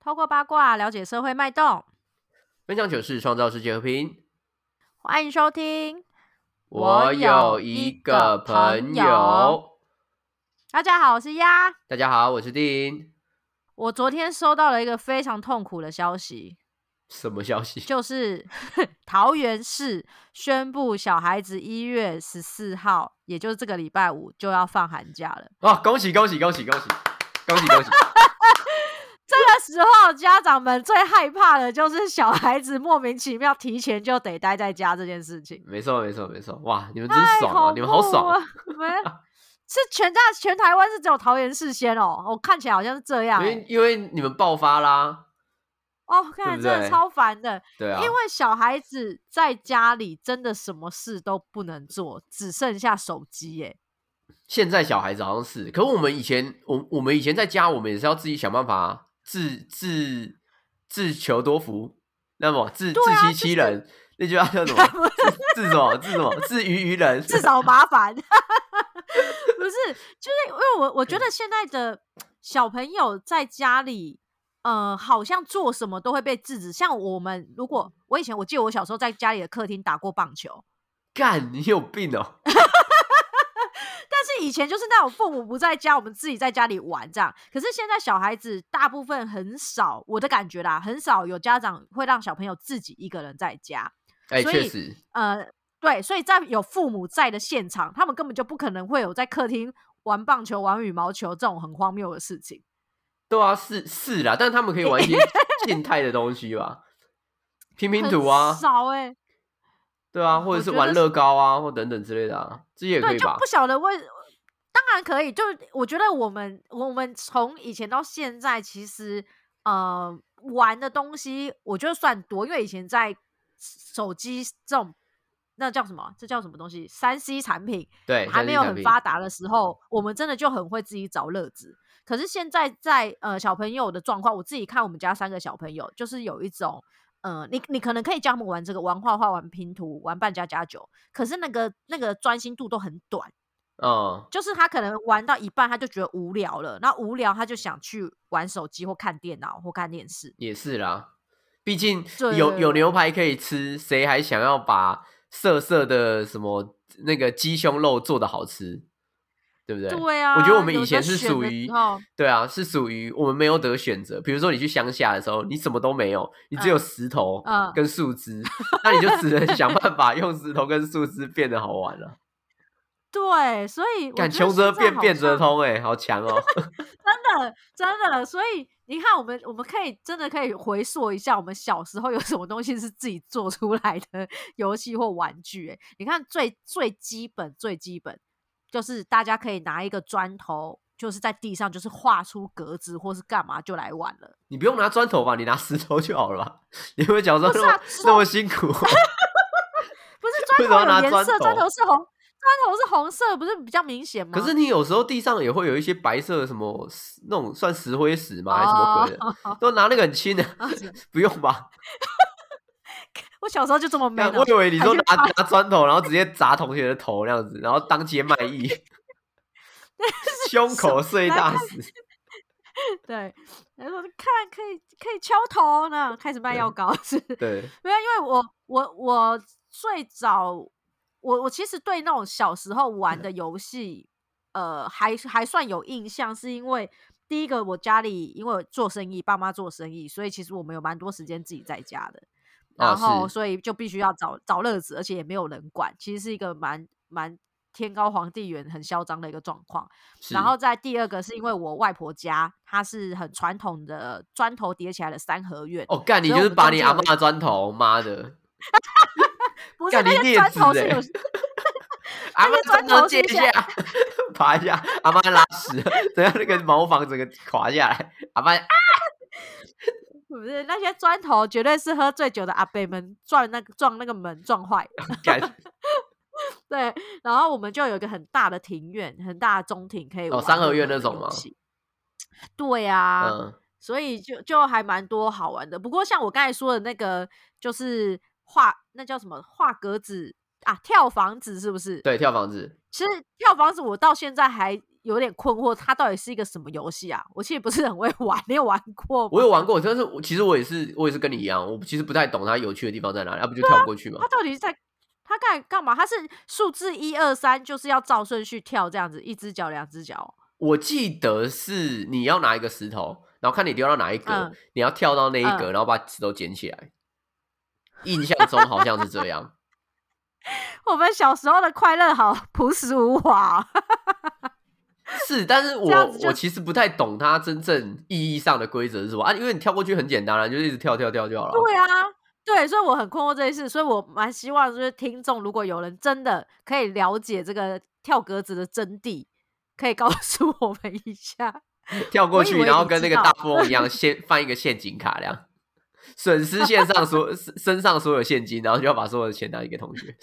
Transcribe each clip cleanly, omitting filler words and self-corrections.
透过八卦了解社会脉动， 分享糗事，创造世界和平。 欢迎收听。 我有一个朋友， 大家好，我是鸭。 大家好，我是丁。 我昨天收到了一个非常痛苦的消息。 什么消息？ 就是桃园市宣布小孩子1月14号，也就是这个礼拜五就要放寒假了。 哇，恭喜恭喜恭喜恭喜恭喜恭喜！ 这个时候家长们最害怕的就是小孩子莫名其妙提前就得待在家这件事情。 没错没错没错，哇，你们真爽啊！你们好爽啊！ 是全台湾是只有桃园市先哦，我看起来好像是这样因为你们爆发啦。 哦，看真的超烦的。 对啊， 因为小孩子在家里真的什么事都不能做，只剩下手机耶。 现在小孩子好像是，可是我们以前在家，我们也是要自己想办法自求多福，那么自欺欺人，那句话叫什么？自什么？自娱于人， 自找麻烦。不是，就是因为我觉得现在的小朋友在家里，好像做什么都会被制止。像我以前我记得我小时候在家里的客厅打过棒球。 干，你有病哦！ 但是以前就是那种父母不在家，我们自己在家里玩这样。可是现在小孩子大部分很少，我的感觉啦，很少有家长会让小朋友自己一个人在家。 确实， 对，所以在有父母在的现场，他们根本就不可能会有在客厅玩棒球、玩羽毛球这种很荒谬的事情。 对啊，是啦，但是他们可以玩一些静态的东西吧，拼图啊， 很少欸。 对啊，或者是玩乐高啊，或等等之类的啊，这些也可以吧？ 对，就不晓得当然可以。就我觉得我们从以前到现在，其实玩的东西我觉得算多，因为以前在手机这种那叫什么？这叫什么东西？3C 产品对， 还没有很发达的时候，我们真的就很会自己找乐子。可是现在在小朋友的状况，我自己看我们家3个小朋友，就是有一种你可能可以教他们玩这个，玩画画、玩拼图、玩扮家家酒，可是那个专心度都很短。就是他可能玩到一半他就觉得无聊了，那无聊他就想去玩手机或看电脑或看电视。 也是啦，毕竟有牛排可以吃，谁还想要把色色的什么那个鸡胸肉做得好吃，对不对？ 对啊， 我觉得我们以前是属于，对啊，是属于我们没有得选择。比如说你去乡下的时候，你什么都没有，你只有石头跟树枝，那你就只能想办法用石头跟树枝变得好玩了。 对，所以敢穷则变，变则通，好强哦！ 真的，所以你看，我们真的可以回溯一下，我们小时候有什么东西是自己做出来的游戏或玩具。你看最基本就是大家可以拿一个砖头，就是在地上就是画出格子或是干嘛就来玩了。 你不用拿砖头吧，你拿石头就好了吧？你会讲说那么辛苦？ 不是砖头有颜色，砖头是红色，不是比较明显吗？ 可是你有时候地上也会有一些白色的什么那种算石灰石吗？还是什么鬼的？都拿那个很轻的，不用吧？ 我小时候就这么没了。 我以为你说拿砖头，然后直接砸同学的头那样子，然后当街卖艺，胸口碎大石。 对，然后看可以敲头呢，开始卖药膏是。 对， 没有，因为我最早我其实对那种小时候玩的游戏，还算有印象，是因为第一个我家里因为做生意，爸妈做生意，所以其实我们有蛮多时间自己在家的，然后所以就必须要找乐子，而且也没有人管，其实是一个蛮天高皇帝远很嚣张的一个状况。然后再第二个是因为我外婆家它是很传统的砖头叠起来的3合院。 干，你就是把你阿嬷的砖头，妈的！ 不是，那些砖头是有阿嬷砖头借一下，爬一下，阿嬷拉屎，等下那个茅房整个垮下来，阿嬷不是，那些砖头绝对是喝醉酒的阿伯们撞那个门撞坏的。对，然后我们就有一个很大的庭院，很大的中庭可以玩。 3合院那种吗？ 对啊，所以就还蛮多好玩的。不过像我刚才说的那个，就是那叫什么画格子啊，跳房子是不是？ 对，跳房子。 其实跳房子我到现在还有点困惑，它到底是一个什么游戏啊？我其实不是很会玩，你有玩过吗？ 我有玩过，但是其实我也是跟你一样，我其实不太懂它有趣的地方在哪里，要不就跳过去嘛。 它到底在它干嘛？它是数字1、2、3，就是要照顺序跳这样子，一只脚、2只脚。 我记得是你要拿一个石头，然后看你丢到哪一格，你要跳到那一格，然后把石头捡起来。印象中好像是这样。 我们小时候的快乐好朴实无华。 是，但是我其实不太懂它真正意义上的规则是什么啊？因为你跳过去很简单啦，你就一直跳就好了。 对啊，对，所以我很困惑这件事，所以我蛮希望就是听众如果有人真的可以了解这个跳格子的真谛，可以告诉我们一下。 跳过去，然后跟那个大富翁一样，先放一个陷阱卡，这样损失身上所有现金，然后就要把所有的钱拿给同学。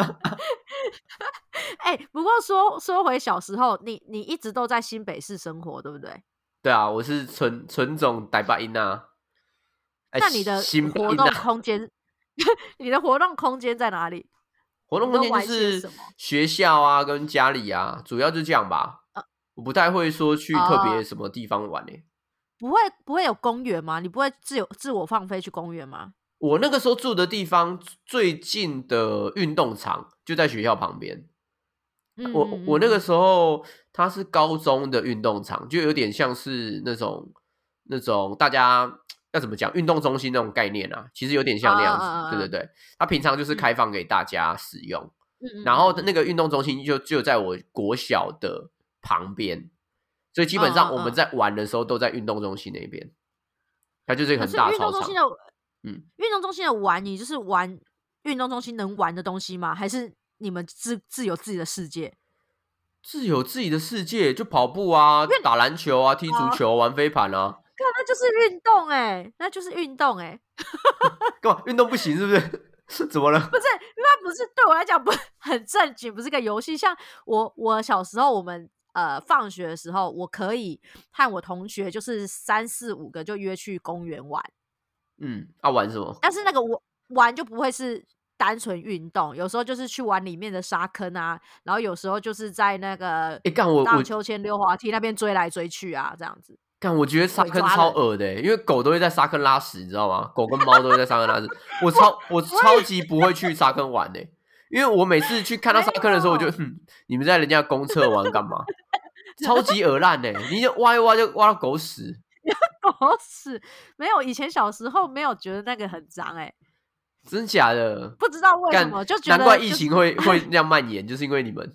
不过说回小时候，你一直都在新北市生活，对不对？ 对啊，我是纯种台北人啊。 那你的活动空间，你的活动空间在哪里？ 活动空间就是学校啊，跟家里啊，主要就这样吧。我不太会说去特别什么地方玩欸。 不会有公园吗？你不会自我放飞去公园吗？ 我那个时候住的地方最近的运动场就在学校旁边。我那个时候它是高中的运动场，就有点像是那种大家要怎么讲运动中心那种概念啊，其实有点像那样子。对对对，它平常就是开放给大家使用。然后那个运动中心就在我国小的旁边，所以基本上我们在玩的时候都在运动中心那边。它就是一个很大的操场。 运动中心的玩，你就是玩运动中心能玩的东西吗？还是你们自有自己的世界？ 自有自己的世界，就跑步啊，打篮球啊，踢足球，玩飞盘啊。 那就是运动那就是运动干嘛运动不行是不是？怎么了？ 不是，那不是对我来讲不很正经，不是个游戏。像我小时候，我们放学的时候，我可以和我同学就是3、4、5个就约去公园玩。 玩什么？ 但是那个玩就不会是单纯运动，有时候就是去玩里面的沙坑啊，然后有时候就是在那个荡秋千、溜滑梯那边追来追去啊，这样子。 我觉得沙坑超恶的因为狗都会在沙坑拉屎，你知道吗？狗跟猫都会在沙坑拉屎。我超级不会去沙坑玩因为我每次去看到沙坑的时候，我就你们在人家公厕玩干嘛？超级恶烂你就挖一挖就挖到狗屎。 狗屎没有，以前小时候没有觉得那个很脏真假的？ 不知道为什么就觉得、 难怪疫情会那样蔓延，就是因为你们。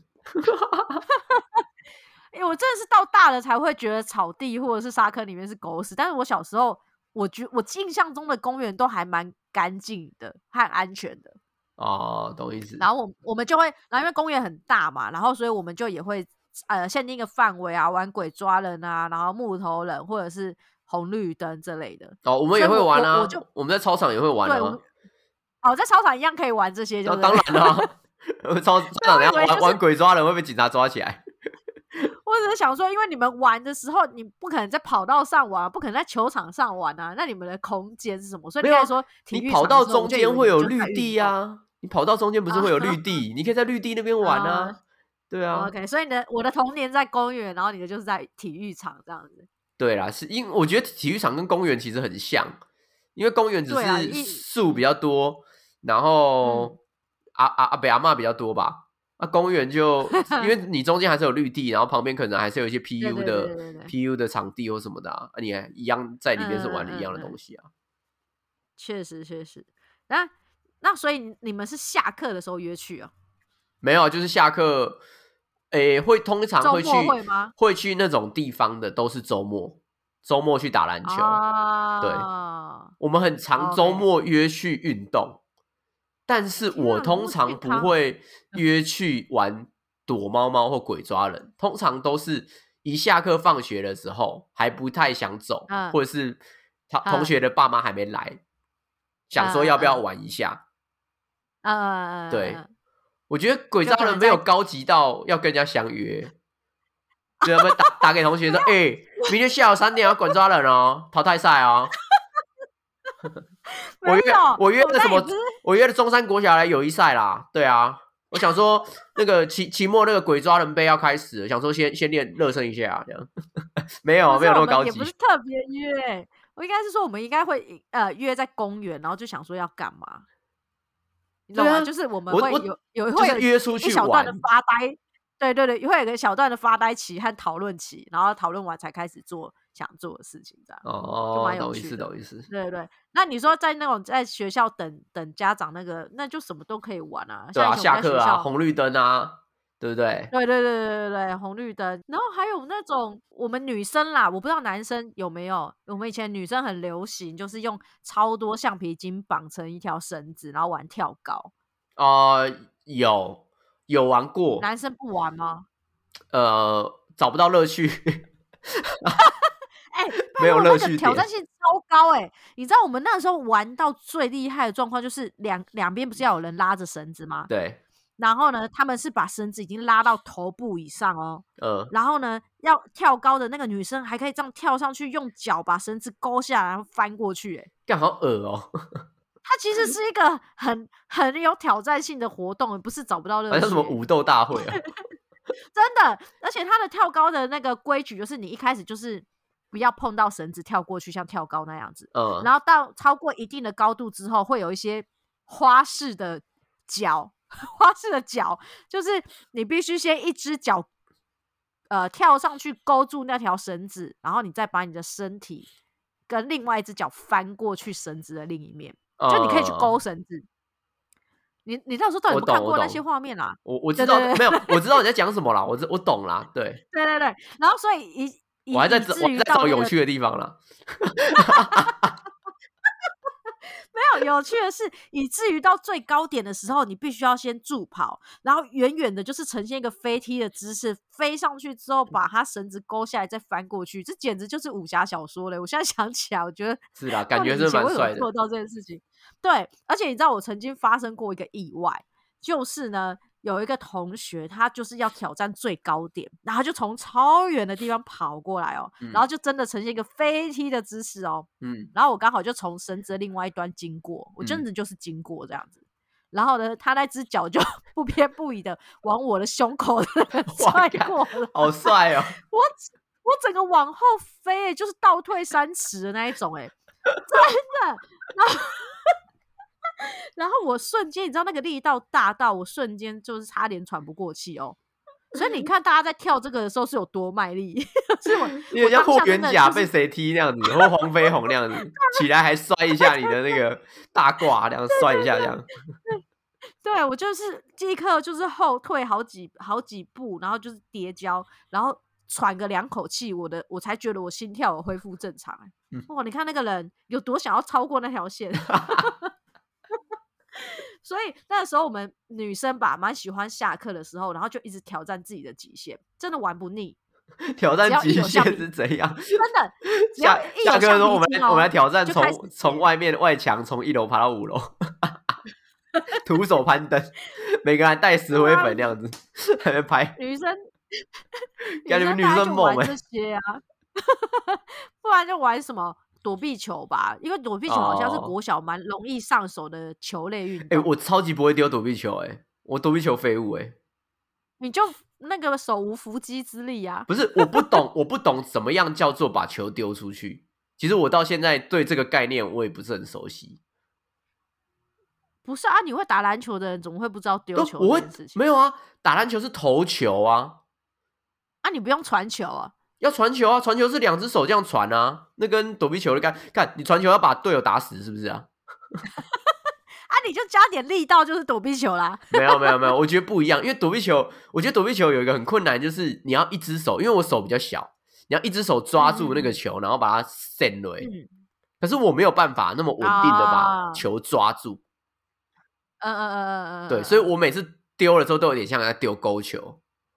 我真的是到大了才会觉得草地或者是沙坑里面是狗屎，但是我小时候我印象中的公园都还蛮干净的和安全的。 懂意思。 然后我们就会，然后因为公园很大嘛，然后所以我们就也会限定一个范围啊，玩鬼抓人啊，然后木头人或者是红绿灯之类的。 我们也会玩啊，我们在操场也会玩啊。 在操场一样可以玩这些就当然啦。操场等下玩鬼抓人会被警察抓起来。 我只是想说，因为你们玩的时候，你不可能在跑道上玩，不可能在球场上玩啊。那你们的空间是什么？所以你可以说体育场， 你跑道中间会有绿地啊。你跑道中间不是会有绿地？你可以在绿地那边玩啊。对啊。 OK， 所以我的童年在公园，然后你的就是在体育场这样子。 对啦，是因为我觉得体育场跟公园其实很像，因为公园只是树比较多，然后阿伯阿嬷比较多吧。公园就因为你中间还是有绿地，然后旁边可能还是有一些 PU 的场地或什么的啊，你还一样在里面是玩一样的东西啊。 确实。那所以你们是下课的时候约去啊？ 没有，就是下课，通常会去那种地方的，都是周末去打篮球。对，我们很常周末约去运动。但是我通常不会约去玩躲猫猫或鬼抓人，通常都是一下课放学的时候还不太想走，或者是同学的爸妈还没来，想说要不要玩一下。对，我觉得鬼抓人没有高级到要跟人家相约，就他们打给同学说，明天下午3点要鬼抓人哦，淘汰赛哦。我约了什么？我约了中山国小来友谊赛啦。对啊， 我想说那个期末那个鬼抓人杯要开始了，想说先练热身一下这样。没有那么高级， 也不是特别约，我应该是说我们应该会约在公园，然后就想说要干嘛，你懂吗？就是我们会会约出去一小段的发呆，对，会有一个小段的发呆期和讨论期，然后讨论完才开始做想做的事情，这样就蛮有趣的。 懂意思。 对，那你说在那种在学校等家长那就什么都可以玩啊， 对啊，下课啊， 红绿灯啊。对不对？ 对，红绿灯，然后还有那种我们女生啦，我不知道男生有没有，我们以前女生很流行，就是用超多橡皮筋绑成一条绳子，然后玩跳高。 有玩过， 男生不玩吗？ 找不到乐趣。 没有乐趣，挑战性超高你知道我们那时候玩到最厉害的状况就是两边不是要有人拉着绳子吗？ 对。 然后呢，他们是把绳子已经拉到头部以上哦。然后呢，要跳高的那个女生还可以这样跳上去，用脚把绳子勾下来，然后翻过去。 干好恶哦！ 它其实是一个很有挑战性的活动，不是找不到乐趣。 好像什么武斗大会啊！ 真的，而且它的跳高的那个规矩就是你一开始就是不要碰到绳子跳过去，像跳高那样子。然后到超过一定的高度之后，会有一些花式的脚。花式的脚就是你必须先一只脚跳上去勾住那条绳子，然后你再把你的身体跟另外一只脚翻过去绳子的另一面，就你可以去勾绳子。你那时候到底有没有看过那些画面啦？ 我知道，没有，我知道你在讲什么啦，我懂啦，对。 对，然后所以我还在找有趣的地方啦。 没有，有趣的是，以至于到最高点的时候，你必须要先助跑，然后远远的就是呈现一个飞踢的姿势，飞上去之后把它绳子勾下来，再翻过去，这简直就是武侠小说嘞！我现在想起来，我觉得是啦，感觉是蛮帅的。 做到这件事情，对，而且你知道我曾经发生过一个意外，就是呢。有一个同学，他就是要挑战最高点，然后他就从超远的地方跑过来哦，然后就真的呈现一个飞踢的姿势哦，然后我刚好就从绳子的另外一端经过，我真的就是经过这样子，然后呢，他那只脚就不偏不倚的往我的胸口踹过了， 好帅哦！ 我整个往后飞，就是倒退3尺的那一种，真的，然后我瞬间，你知道那个力道大到我瞬间就是差点喘不过气哦。所以你看大家在跳这个的时候是有多卖力，是我像霍元甲被谁踢那样子，或黄飞鸿那样子，起来还摔一下你的那个大褂，这样摔一下这样。 对，我就是即刻就是后退好几步，然后就是跌跤，然后喘个2口气，我才觉得我心跳有恢复正常。哇，你看那个人有多想要超过那条线。所以那时候我们女生吧，蛮喜欢下课的时候，然后就一直挑战自己的极限，真的玩不腻。 挑战极限是怎样？ 真的， 下课的时候我们来挑战从外墙从1楼爬到5楼，徒手攀登，每个人带石灰粉那样子，还没拍。 女生感觉女生猛这些啊，不然就玩什么？躲避球吧，因为躲避球好像是国小蛮容易上手的球类运动。 我超级不会丢躲避球，我躲避球废物， 你就那个手无缚鸡之力啊！ 不是，我不懂怎么样叫做把球丢出去。其实我到现在对这个概念我也不是很熟悉。 不是啊，你会打篮球的人怎么会不知道丢球这件事情？ 没有啊，打篮球是投球啊。 啊，你不用传球啊？ 要传球啊！传球是2只手这样传啊，那跟躲避球的看你传球要把队友打死是不是啊？ 啊，你就加点力道就是躲避球啦。 没有，我觉得不一样，因为我觉得躲避球有一个很困难，就是你要一只手，因为我手比较小，你要一只手抓住那个球，然后把它扇落。可是我没有办法那么稳定的把球抓住。对，所以我每次丢了之后都有点像在丢勾球。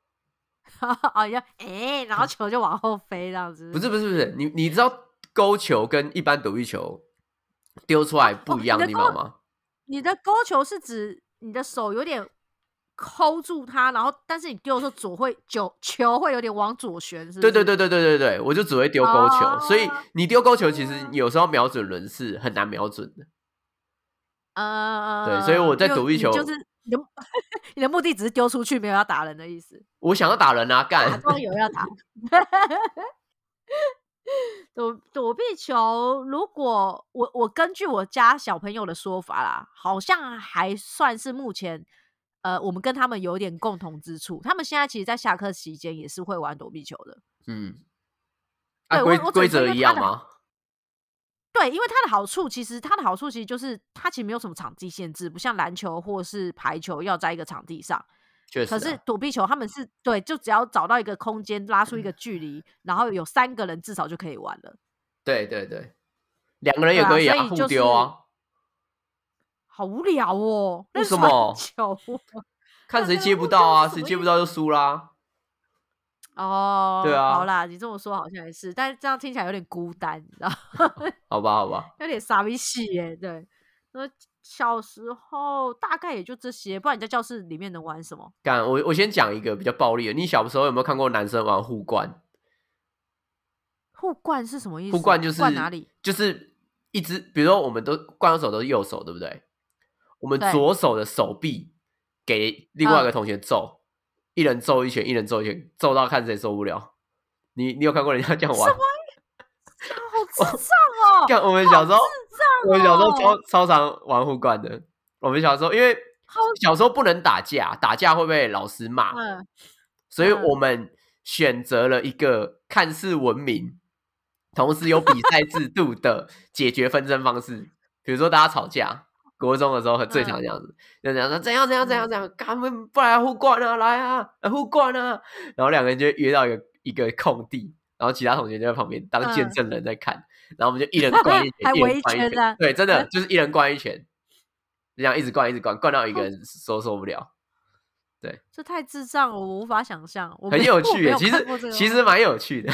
然后球就往后飞这样子。 不是，你知道勾球跟一般躲避球丢出来不一样的地方吗？ 你的勾球是指你的手有点 hold 住它，然后但是你丢的时候球会有点往左旋，是不是？ 对，我就只会丢勾球，所以你丢勾球其实有时候瞄准人是很难瞄准的。对，所以我在躲避球你的目的只是丢出去，没有要打人的意思。 我想要打人啊，干！ 假装有要打。躲避球，如果我根据我家小朋友的说法啦，好像还算是目前，我们跟他们有点共同之处。他们现在其实，在下课期间也是会玩躲避球的。 对，规则一样吗？ 对，因为它的好处其实就是它其实没有什么场地限制，不像篮球或是排球要在一个场地上。 确实， 可是躲避球他们是对，就只要找到一个空间，拉出一个距离，然后有3个人至少就可以玩了。 对对对，2个人也可以啊，互丢啊。 好无聊哦！ 为什么？ 球看谁接不到啊，谁接不到就输啦。 哦， 对啊， 好啦，你这么说好像也是，但是这样听起来有点孤单，你知道？ 好吧，好吧， 有点傻逼戏耶。对，小时候大概也就这些，不然你在教室里面能玩什么？ 干，我先讲一个比较暴力的。你小时候有没有看过男生玩互灌？ 互灌是什么意思？ 互灌就是灌哪里？ 就是一只，比如说我们都灌手都是右手，对不对？我们左手的手臂给另外一个同学揍，一人揍一拳，一人揍一拳，揍到看谁受不了。你有看过人家这样玩？ 什么？好智障哦！ 看我们小时候，我们小时候超常玩互灌的。我们小时候因为小时候不能打架，打架会被老师骂，所以我们选择了一个看似文明，同时有比赛制度的解决纷争方式。比如说大家吵架，国中的时候最常这样子，就这样说怎样，他们不来互灌啊，来啊，互灌啊，然后2个人就约到一个空地。然后其他同学就在旁边当见证人在看，然后我们就一人灌一拳， 还围一圈啊！ 对，真的就是一人灌一拳，这样一直灌，灌到一个人受不了。对， 这太智障了，我无法想象。 很有趣耶，其实蛮有趣的。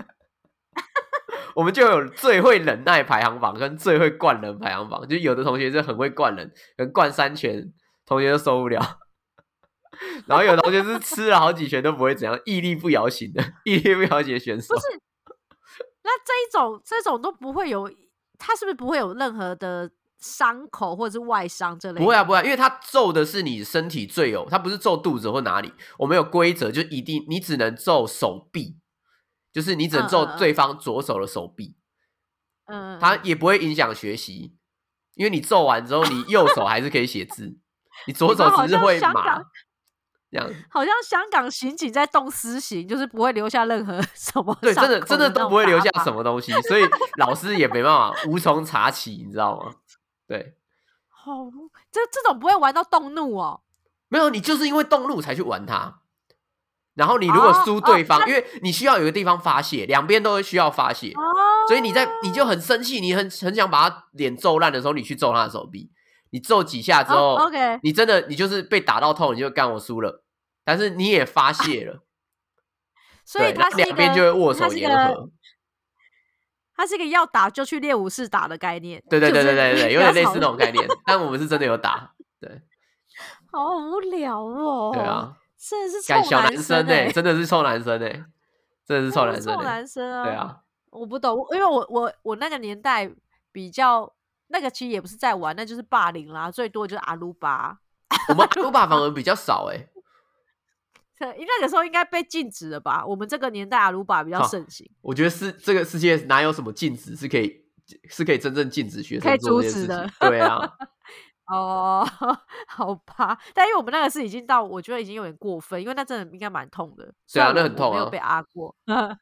我们就有最会忍耐排行榜跟最会灌人排行榜，就有的同学是很会灌人，可能灌3拳，同学就受不了。然后有同学是吃了好几拳都不会怎样，屹立不摇型的选手。 不是，那这种都不会有，他是不是不会有任何的伤口或者是外伤这类的？ 不会啊，不会，因为他揍的是你身体最有，他不是揍肚子或哪里。我们有规则，就一定你只能揍手臂，就是你只能揍对方左手的手臂。他也不会影响学习，因为你揍完之后，你右手还是可以写字，你左手只是会码。这样好像香港刑警在动私刑，就是不会留下任何什么对，真的都不会留下什么东西，所以老师也没办法无从查起，你知道吗？对， 好，这种不会玩到动怒哦。 没有，你就是因为动怒才去玩它。然后你如果输对方，因为你需要有一个地方发泄，两边都需要发泄，所以你就很生气，你很想把他脸揍烂的时候，你去揍他的手臂。你揍几下之后，你真的你就是被打到痛，你就干我输了，但是你也发泄了， 所以他两边就会握手言和。 它是一个要打就去练武室打的概念。 对，有点类似那种概念，但我们是真的有打。对， 好无聊哦。 对啊， 真的是臭男生欸，真的是臭男生欸，真的是臭男生欸， 臭男生啊。 对啊， 我不懂，因为我那个年代比较。那个其实也不是在玩，那就是霸凌啦，最多就是阿鲁巴。 我们阿鲁巴反而比较少欸。 那个时候应该被禁止了吧？我们这个年代阿鲁巴比较盛行。 我觉得这个世界哪有什么禁止是可以真正禁止学生做这件事情的？对啊。 哦，好吧，但因为我们那个是已经到，我觉得已经有点过分，因为那真的应该蛮痛的。 对啊，那很痛啊， 没有被阿过，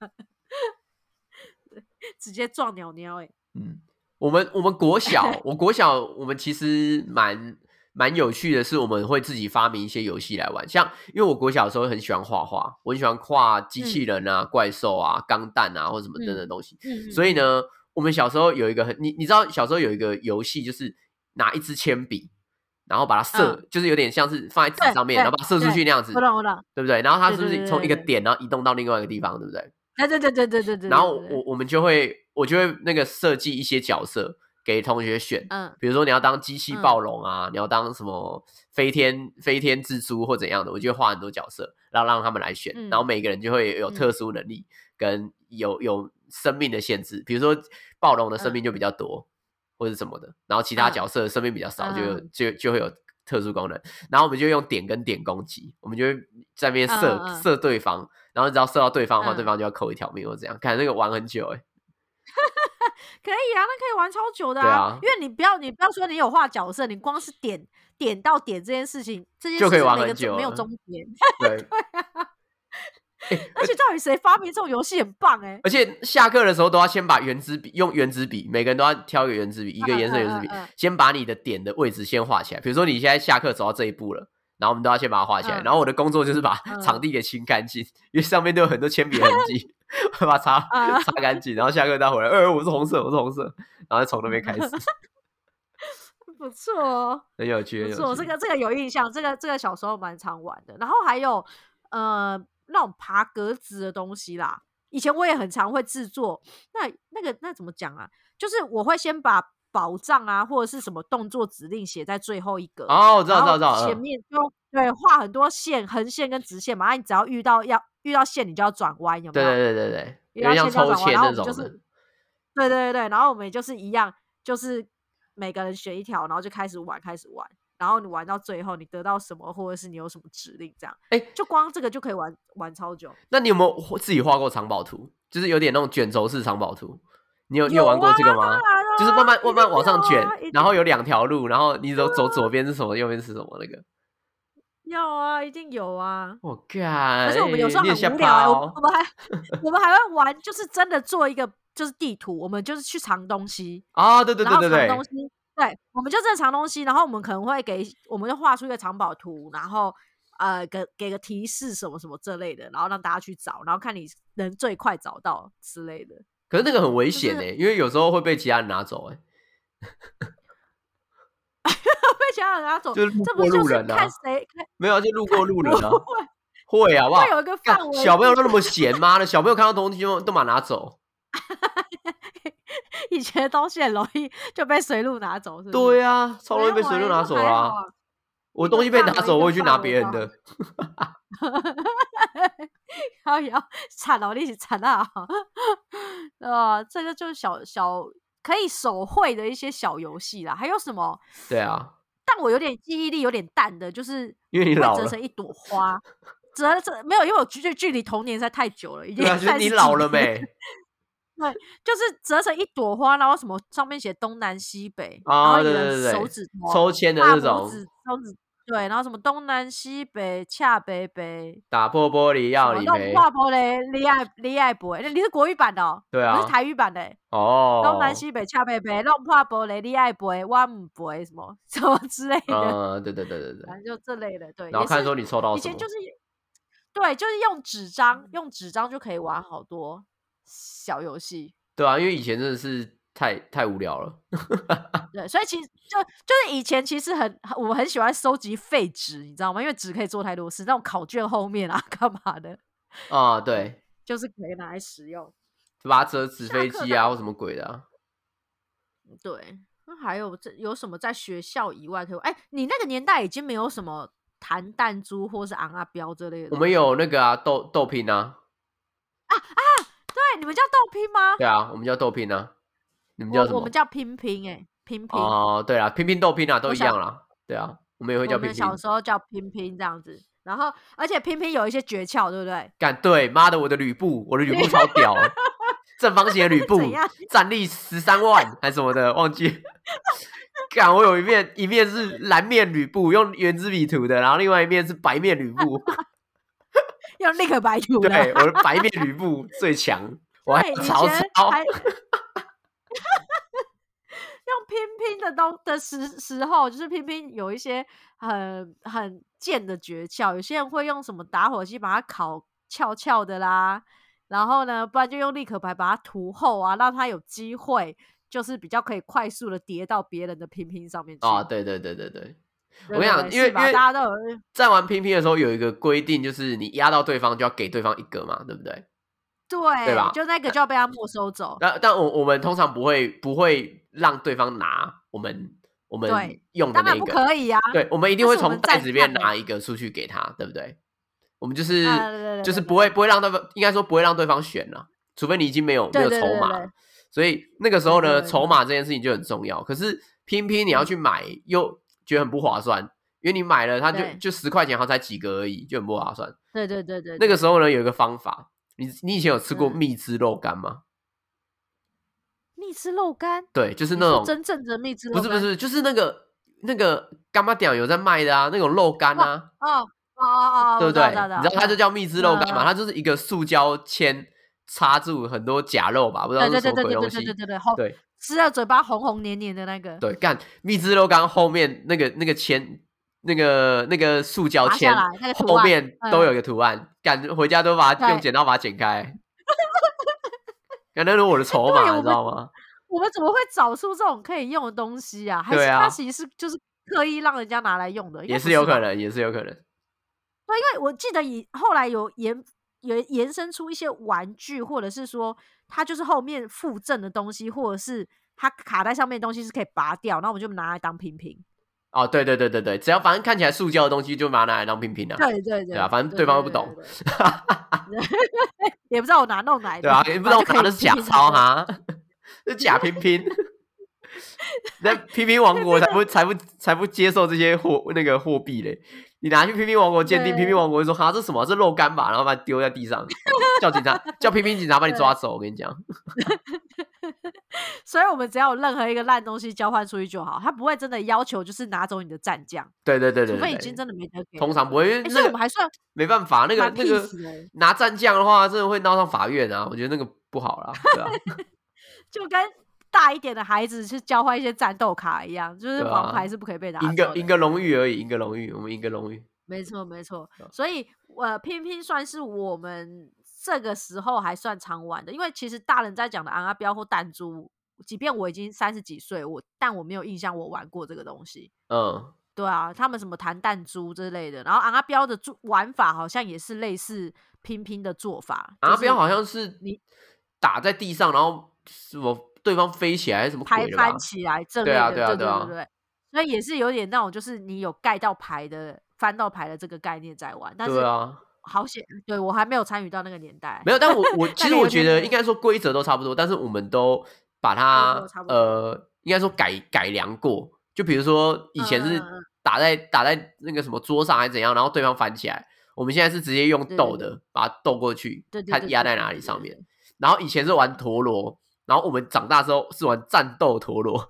直接撞鸟鸟欸。 我们国小，我们其实蛮有趣的是，我们会自己发明一些游戏来玩。像因为我国小的时候很喜欢画画，我很喜欢画机器人啊、怪兽啊、钢弹啊或什么等等东西。所以呢，我们小时候有一个你知道小时候有一个游戏，就是拿一支铅笔，然后把它射，就是有点像是放在纸上面，然后把它射出去那样子，对不对？然后它是不是从一个点然后移动到另外一个地方，对不对？ 对。 然后我就会那个设计一些角色给同学选，比如说你要当机器暴龙啊，你要当什么飞天蜘蛛或怎样的，我就会画很多角色，然后让他们来选，然后每个人就会有特殊能力跟有生命的限制，比如说暴龙的生命就比较多或者什么的，然后其他角色的生命比较少，就会有特殊功能，然后我们就用点跟点攻击，我们就会在那边射对方，然后只要射到对方的话，对方就要扣1条命或这样。看那个玩很久可以啊，那可以玩超久的啊。 因为你不要说你有画角色，你光是点到点这件事情就可以玩很久， 没有终点。 对对啊。而且到底谁发明这种游戏很棒而且下课的时候都要先把用圆珠笔，每个人都要挑一个圆珠笔，一个颜色圆珠笔，先把你的点的位置先画起来。比如说你现在下课走到这一步了，然后我们都要先把它画起来。然后我的工作就是把场地给清干净，因为上面都有很多铅笔痕迹，我把它擦干净。然后下课再回来，我是红色，然后再从那边开始。 不错很有趣， 不错，这个有印象，这个小时候蛮常玩的。然后还有那种爬格子的东西啦，以前我也很常会制作。那怎么讲啊？就是我会先把宝藏啊或者是什么动作指令写在最后一格。 我知道。 前面就对画很多线，横线跟直线嘛。你只要遇到线，你就要转弯，有没有？ 对， 遇到线就要转弯。然后我们就是对，然后我们就是一样，就是每个人选一条，然后就开始玩。然后你玩到最后，你得到什么，或者是你有什么指令，这样，就光这个就可以玩超久。 那你有没有自己画过藏宝图？就是有点那种卷轴式藏宝图，你有玩过这个吗？就是慢慢往上卷，然后有2条路，然后你走左边是什么，右边是什么那个？ 有啊，一定有啊！ 我干， 可是我们有时候很无聊我们还会玩，就是真的做一个就是地图，我们就是去藏东西对， 然后藏东西。对，我们就真的藏东西，然后我们可能会我们就画出一个藏宝图，然后给个提示什么什么这类的，然后让大家去找，然后看你能最快找到之类的。 可是那个很危险因为有时候会被其他人拿走被其他人拿走， 就是路过路人看谁没有就路过路人会好不好？ 会有一个范围。 小朋友都那么闲吗？小朋友看到东西都把拿走。 以前的东西很容易就被随路拿走，是不是？ 对啊，超容易被随路拿走啦。我东西被拿走，我会去拿别人的。 要惨了，你是惨啊！这个就是小可以手绘的一些小游戏啦。还有什么？ 对啊， 但我有点记忆力有点淡的，就是因为你老了， 折成一朵花。没有，因为我距离童年实在太久了，已经就是你老了没？ 对，就是折成一朵花，然后什么上面写东南西北，然后有人手指头抽签的那种， 对，然后什么东南西北恰北北， 打破玻璃要你赔， 弄破玻璃你爱赔，你是国语版的对啊， 我是台语版的东南西北恰北北，弄破玻璃你爱赔，我不赔，什么之类的， 对， 反正就这类的，对。 然后看说你抽到什么， 以前就是对，就是用纸张就可以玩好多小游戏。 对啊，因为以前真的是太无聊了。 对，所以其实就是以前其实我很喜欢收集废纸，你知道吗？因为纸可以做太多事，那种考卷后面啊干嘛的对， 就是可以拿来使用， 就把它折纸飞机啊或什么鬼的对，那还有什么在学校以外可以？你那个年代已经没有什么弹弹珠或是昂啊标这类的。 我们有那个豆拼啊。 对，你们叫豆拼吗？ 对啊，我们叫豆拼啊。你们叫什么？ 我们叫拼拼拼拼。 对啊，拼拼豆拼啊，都一样啦。对啊，我们也会叫拼拼。 我们小时候叫拼拼这样子，然后而且拼拼有一些诀窍，对不对？ 对，妈的，我的吕布超屌，正方形的吕布，战力13万还是什么的，忘记。我有一面是蓝面吕布，用圆珠笔涂的，然后另外一面是白面吕布， 用立可白涂的。 对，我的白面吕布最强，我还曹操。 用拼拼的时候，就是拼拼有一些很贱的诀窍，有些人会用什么打火机把它烤翘翘的啦，然后呢，不然就用立可白把它涂厚啊，让它有机会就是比较可以快速的叠到别人的拼拼上面去。 对。我跟你讲，因为大家都有在玩拼拼的时候有一个规定，就是你压到对方就要给对方1个嘛，对不对？ 对吧？ 就那个就要被他没收走。 但我们通常不会让对方拿我们用的那个，当然不可以啊。 对，我们一定会从袋子里面拿一个出去给他，对不对？我们就是不会让对方，应该说不会让对方选了，除非你已经没有筹码。所以那个时候呢，筹码这件事情就很重要。可是拼拼你要去买又觉得很不划算，因因为你买了它就10块钱，它才几个而已，就很不划算。 对对对对， 那个时候呢有一个方法，你以前有吃过蜜汁肉干吗？ 蜜汁肉干？ 对，就是那种真正的蜜汁肉干， 不是，就是那个干妈店有在卖的啊，那种肉干啊。对不对？你知道它就叫蜜汁肉干嘛？它就是一个塑胶签插住很多假肉吧，不知道是什么鬼东西。 对，吃到嘴巴红红黏黏的那个。 对，干蜜汁肉干后面那个签，那个塑胶签后面都有一个图案，干回家都把它用剪刀把它剪开。那是我的筹码，你知道吗？ 我们怎么会找出这种可以用的东西啊？还是它其实就是刻意让人家拿来用的？ 也是有可能，也是有可能。 对，因为我记得后来有延伸出一些玩具，或者是说它就是后面附赠的东西，或者是它卡在上面的东西是可以拔掉，然后我们就拿来当拼拼。 哦，对，只要反正看起来塑胶的东西就把它拿来当拼拼啊。对啊，反正对方都不懂， 也不知道我哪弄来的。 对啊，也不知道我拿的是假钞哈，是假拼拼。那拼拼王国才不接受这些货币嘞。你拿去拼拼王国鉴定，拼拼王国就说哈这什么？这肉干吧，然后把它丢在地上，叫警察，叫拼拼警察把你抓走。我跟你讲， 所以我们只要有任何一个烂东西交换出去就好，他不会真的要求就是拿走你的战将。 对， 除非已经真的没得给。 通常不会，因为所以我们还算没办法，那个拿战将的话，真的会闹上法院啊。我觉得那个不好啦，对啊， 就跟大一点的孩子去交换一些战斗卡一样，就是王牌是不可以被拿走的， 赢个荣誉而已，赢个荣誉，我们赢个荣誉。 没错，所以拼拼算是我们这个时候还算常玩的，因为其实大人在讲的昂阿标或弹珠，即便我已经30几岁，但我没有印象我玩过这个东西。对啊，他们什么弹弹珠之类的，然后昂阿标的玩法好像也是类似拼拼的做法。 昂阿标好像是你打在地上，然后什么对方飞起来还是什么鬼的吧？ 翻起来这类的， 对， 所以也是有点那种，就是你有盖到牌的、翻到牌的这个概念在玩。但是好险，对我还没有参与到那个年代。 没有，但我其实我觉得应该说规则都差不多，但是我们都把它应该说改良过。就比如说以前是打在那个什么桌上还是怎样，然后对方翻起来，我们现在是直接用斗的把它斗过去，看压在哪里上面。然后以前是玩陀螺，然后我们长大之后是玩战斗陀螺。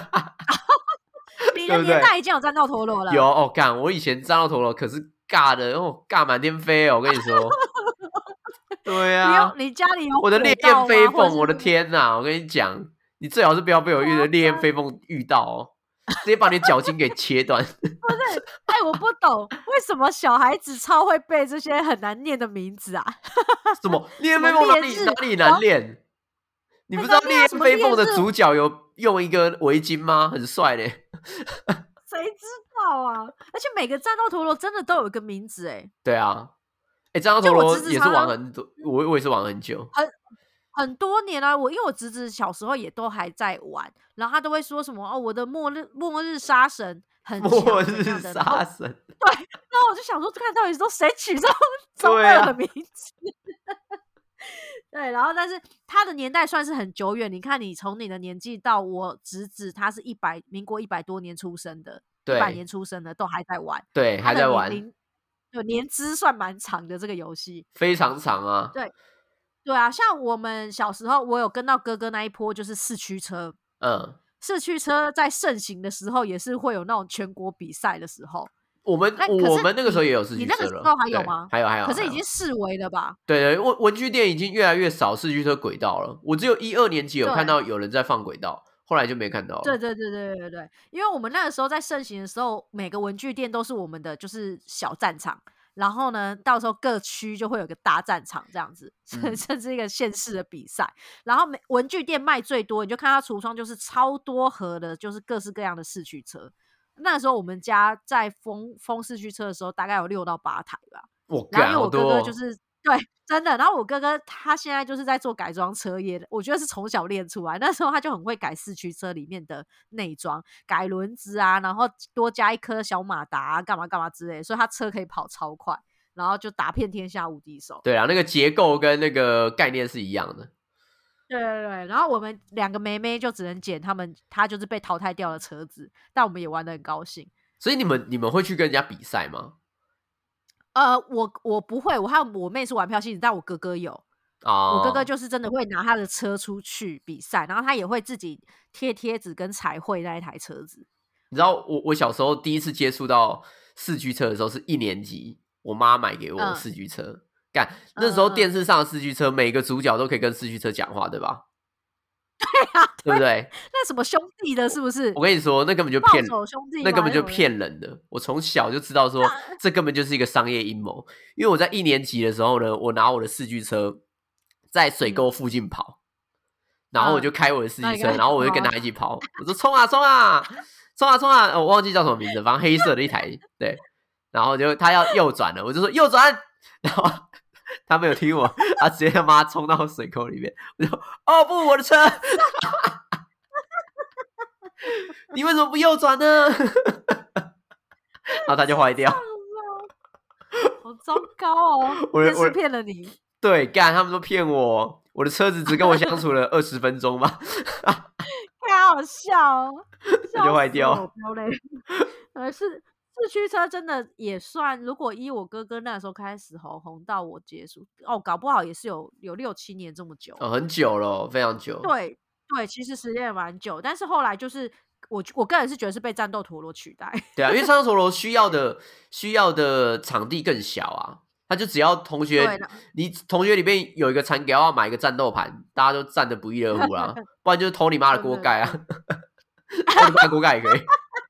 你的年代已经有战斗陀螺了？ 有哦，干！我以前战斗陀螺可是尬的哦，尬满天飞哦，我跟你说。对啊， 你家里有我的烈焰飞凤，我的天哪！我跟你讲，你最好是不要被我的烈焰飞凤遇到哦，直接把你脚筋给切断。不是，我不懂为什么小孩子超会背这些很难念的名字啊？ 什么烈焰飞凤哪里难念？你不知道烈焰飞凤的主角有用一个围巾吗？很帅嘞。 谁知道啊？而且每个战斗陀螺真的都有一个名字哎。 对啊，战斗陀螺也是玩很多，我也是玩很久， 很多年了。因为我侄子小时候也都还在玩，然后他都会说什么哦，我的末日杀神很强， 末日杀神。 对，然后我就想说，看到底都谁取这种中二的名字？对，然后但是他的年代算是很久远。你看，你从你的年纪到我侄子，他是民国100多年出生的，100年出生的都还在玩， 对，还在玩， 对，年资算蛮长的这个游戏， 非常长啊。 对啊，像我们小时候，我有跟到哥哥那一波，就是四驱车，四驱车在盛行的时候，也是会有那种全国比赛的时候。我们那个时候也有四驱车了， 你那个时候还有吗？ 还有， 可是已经式微了吧？ 对，文具店已经越来越少四驱车轨道了。我只有1、2年级有看到有人在放轨道，后来就没看到了。 对，因为我们那个时候在盛行的时候，每个文具店都是我们的就是小战场，然后呢，到时候各区就会有个大战场这样子，甚至一个县市的比赛。然后文具店卖最多，你就看它橱窗就是超多盒的，就是各式各样的四驱车。那时候我们家在封四驱车的时候，大概有6到8台吧。然后因为我哥哥就是对，真的。然后我哥哥他现在就是在做改装车业的，我觉得是从小练出来。那时候他就很会改四驱车里面的内装，改轮子啊，然后多加一颗小马达啊，干嘛之类的，所以他车可以跑超快，然后就打遍天下无敌手。 对啊，那个结构跟那个概念是一样的。 对，然后我们2个妹妹就只能捡他就是被淘汰掉的车子，但我们也玩得很高兴。 所以你们会去跟人家比赛吗？ 我不会，我妹是玩票性质，但我哥哥有。我哥哥就是真的会拿他的车出去比赛，然后他也会自己贴贴纸跟彩绘那一台车子。 你知道我小时候第一次接触到4驱车的时候是1年级，我妈买给我的4驱车。干，那时候电视上的4驱车，每个主角都可以跟4驱车讲话，对吧？ 对啊， 对不对？ 那什么兄弟的，是不是？ 我跟你说，那根本就骗兄弟， 那根本就骗人的。我从小就知道说，这根本就是一个商业阴谋。因为我在1年级的时候呢，我拿我的4驱车在水沟附近跑，然后我就开我的4驱车，然后我就跟他一起跑，我说冲啊冲啊冲啊冲啊！我忘记叫什么名字，反正黑色的一台，对。然后就他要右转了，我就说右转，然后他没有听我，他直接他妈冲到水沟里面。我就哦不，我的车！你为什么不右转呢？然后他就坏掉。 好糟糕哦！电视骗了你。 对，干，他们都骗我。我的车子只跟我相处了20分钟吧。 太好笑哦！ 它就坏掉。 4驱车真的也算，如果依我哥哥那时候开始红到我结束，搞不好也是有6、7年这么久。 很久了，非常久。 对对，其实时间也蛮久，但是后来就是我个人是觉得是被战斗陀螺取代。 对啊，因为战斗陀螺需要的场地更小啊，他就只要你同学里面有一个残屌要买一个战斗盘，大家都战得不亦乐乎啦。不然就是偷你妈的锅盖啊，偷你妈的锅盖也可以。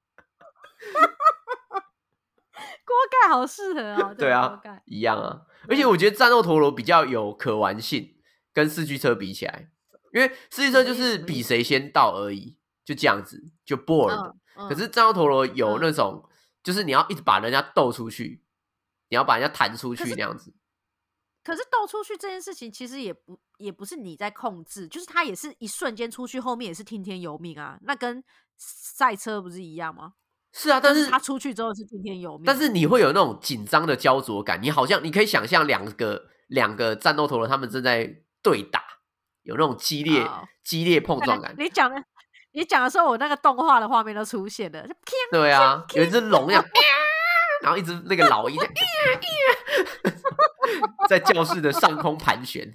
锅盖好适合哦。 对啊，一样啊。而且我觉得战斗陀螺比较有可玩性，跟4驱车比起来，因为4驱车就是比谁先到而已，就这样子就 bored。可是战斗陀螺有那种，就是你要一直把人家斗出去，你要把人家弹出去那样子。 可是斗出去这件事情其实也不是你在控制，就是他也是一瞬间出去，后面也是听天由命啊。那跟赛车不是一样吗？ 是啊，但是他出去之后是听天由命。 但是你会有那种紧张的焦灼感，你好像你可以想象两个战斗陀螺他们正在对打，有那种激烈碰撞感。 你讲的时候，我那个动画的画面都出现了。 对啊，有一只龙呀，然后一只那个老鹰在教室的上空盘旋，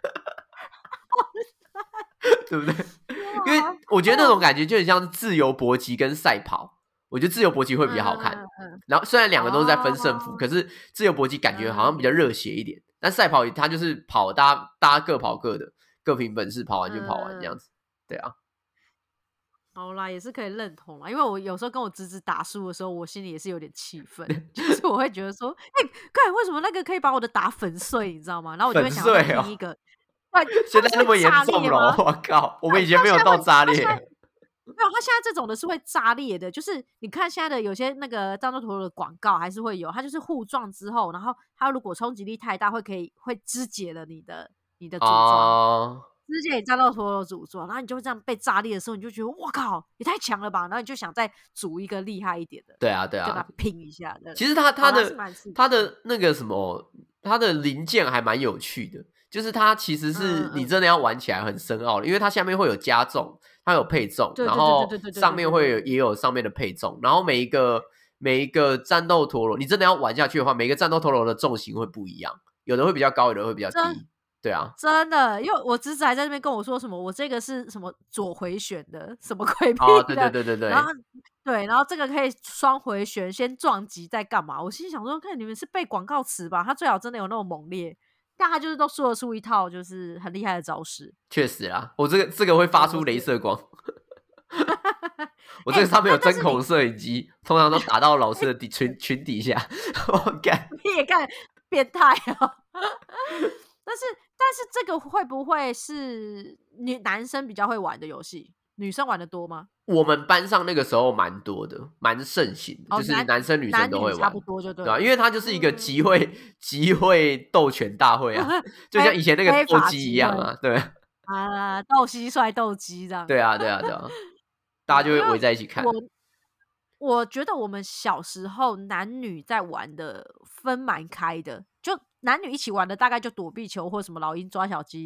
对不对？因为我觉得那种感觉就很像是自由搏击跟赛跑。我觉得自由搏击会比较好看，然后虽然两个都是在分胜负，可是自由搏击感觉好像比较热血一点，但赛跑它就是跑，大家各跑各的，各凭本事，跑完就跑完这样子。对啊， 好啦，也是可以认同啦。因为我有时候跟我侄子打输的时候，我心里也是有点气愤，就是我会觉得说，看为什么那个可以把我的打粉碎，你知道吗？然后我就会想要听一个， 现在那么严重了，我靠，我们以前没有到炸裂。 没有，他现在这种的是会炸裂的，就是你看现在的有些那个战斗陀螺的广告还是会有，它就是互撞之后，然后它如果冲击力太大，会肢解了你的组装，肢解你战斗陀螺组装，然后你就会这样被炸裂的时候，你就觉得哇靠，也太强了吧，然后你就想再组一个厉害一点的， 对啊， 跟他拼一下。 其实他的那个什么，他的零件还蛮有趣的，就是它其实是你真的要玩起来很深奥的，因为它下面会有加重。它有配重，然后上面也有上面的配重，然后每一个战斗陀螺，你真的要玩下去的话，每个战斗陀螺的重型会不一样，有的会比较高，有的会比较低。对啊， 真的，因为我侄子还在那边跟我说什么，我这个是什么左回旋的，什么鬼屁的， 对， 然后这个可以双回旋，先撞击再干嘛？我心想说，看你们是背广告词吧，他最好真的有那种猛烈。但他就是都说得出一套就是很厉害的招式。 确实啦，我这个会发出雷射光。我这个上面有针孔摄影机，通常都打到老师的裙底下。我干， 你也干变态哦！但是这个会不会是男生比较会玩的游戏？女生玩的多吗？ 我们班上那个时候蛮多的，蛮盛行的，就是男生女生都会玩， 差不多就对吧？因为它就是一个集会斗拳大会啊，就像以前那个斗鸡一样啊，对啊，斗蟋蟀、斗鸡这样。 对啊，大家就会围在一起看。 我觉得我们小时候男女在玩的分蛮开的，就男女一起玩的大概就躲避球或什么老鹰抓小鸡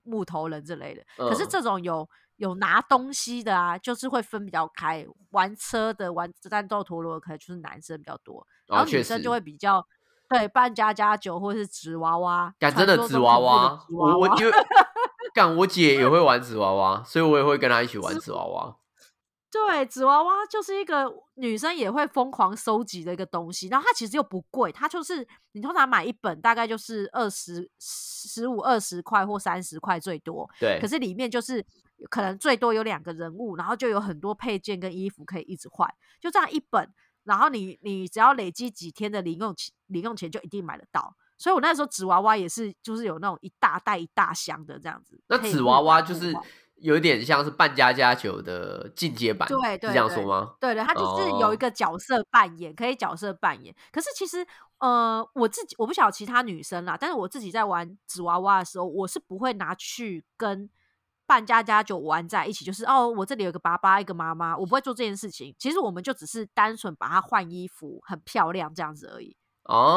木头人之类的。可是这种有拿东西的啊，就是会分比较开。玩车的、玩战斗陀螺的，可能就是男生比较多，然后女生就会比较对扮家家酒或者是纸娃娃， 真的纸娃娃，我因为我姐也会玩纸娃娃，所以我也会跟她一起玩纸娃娃。 对，纸娃娃就是一个女生也会疯狂收集的一个东西，然后它其实又不贵，它就是你通常买一本大概就是15-20块或30块最多， 对。 可是里面就是可能最多有2个人物，然后就有很多配件跟衣服可以一直换，就这样一本，然后你只要累积几天的零用钱就一定买得到。所以我那时候纸娃娃也是就是有那种一大袋一大箱的这样子。 那纸娃娃就是有点像是扮家家酒的进阶版， 对， 是这样说吗？ 对，它就是有一个角色扮演，可以角色扮演。可是其实我不晓得其他女生啦，但是我自己在玩纸娃娃的时候，我是不会拿去跟扮家家酒玩在一起，就是我这里有个爸爸一个妈妈，我不会做这件事情。其实我们就只是单纯把它换衣服很漂亮这样子而已。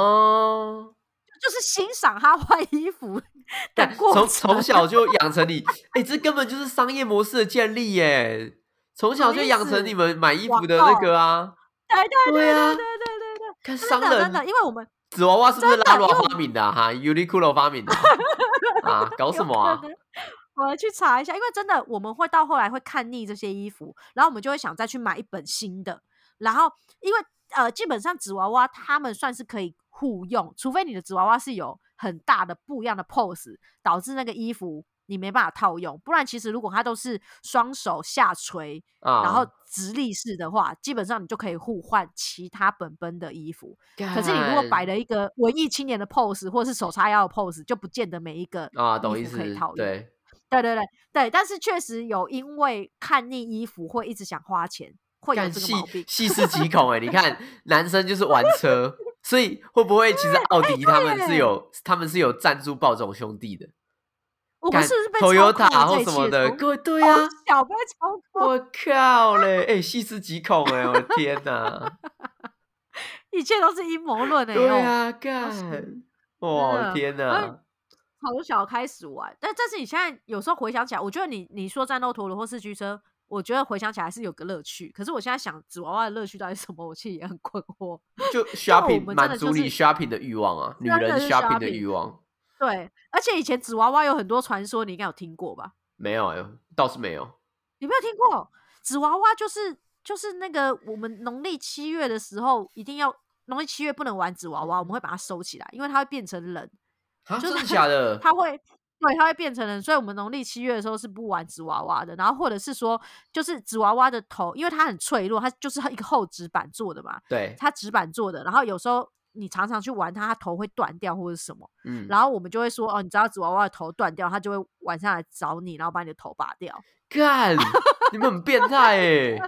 就是欣赏他换衣服的过程。 从小就养成你这根本就是商业模式的建立耶，从小就养成你们买衣服的那个啊。 对啊， 看商人真的，因为我们纸娃娃是不是拉罗发明的啊？Uniqlo 发明的啊？搞什么啊？ 我来去查一下，因为真的我们会到后来会看腻这些衣服，然后我们就会想再去买一本新的。然后因为基本上纸娃娃他们算是可以互用，除非你的纸娃娃是有很大的不一样的 pose， 导致那个衣服你没办法套用。不然其实如果它都是双手下垂，然后直立式的话，基本上你就可以互换其他本本的衣服。可是你如果摆了一个文艺青年的 pose 或是手叉腰的 pose， 就不见得每一个衣服可以套用。对，但是确实有因为看腻衣服会一直想花钱，会有这个毛病。 细思极恐你看男生就是玩车，所以会不会其实奥迪他们是有赞助暴走兄弟的？ 我们是不是被 Toyota 或什么的？各位对啊， 小被操控。 我靠嘞！细思极恐我的天哪！ 一切都是阴谋论对啊，干！哇，天哪！ 从小开始玩，但是你现在有时候回想起来，我觉得你说战斗陀螺或四驱车，我觉得回想起来是有个乐趣。可是我现在想纸娃娃的乐趣到底是什么，我其实也很困惑。 就 shopping 满足你 shopping 的欲望啊，女人 shopping 的欲望。 对，而且以前纸娃娃有很多传说，你应该有听过吧？ 没有倒是没有。 你没有听过？纸娃娃就是那个我们农历7月的时候，一定要农历7月不能玩纸娃娃，我们会把它收起来，因为它会变成人。 真的假的？ 它会变成人，所以我们农历7月的时候是不玩纸娃娃的。然后或者是说，就是纸娃娃的头，因为它很脆弱，它就是一个厚纸板做的嘛。 对， 它纸板做的。然后有时候你常常去玩它，它头会断掉或者什么。然后我们就会说，你知道纸娃娃的头断掉，它就会晚上来找你，然后把你的头拔掉。 干，你们很变态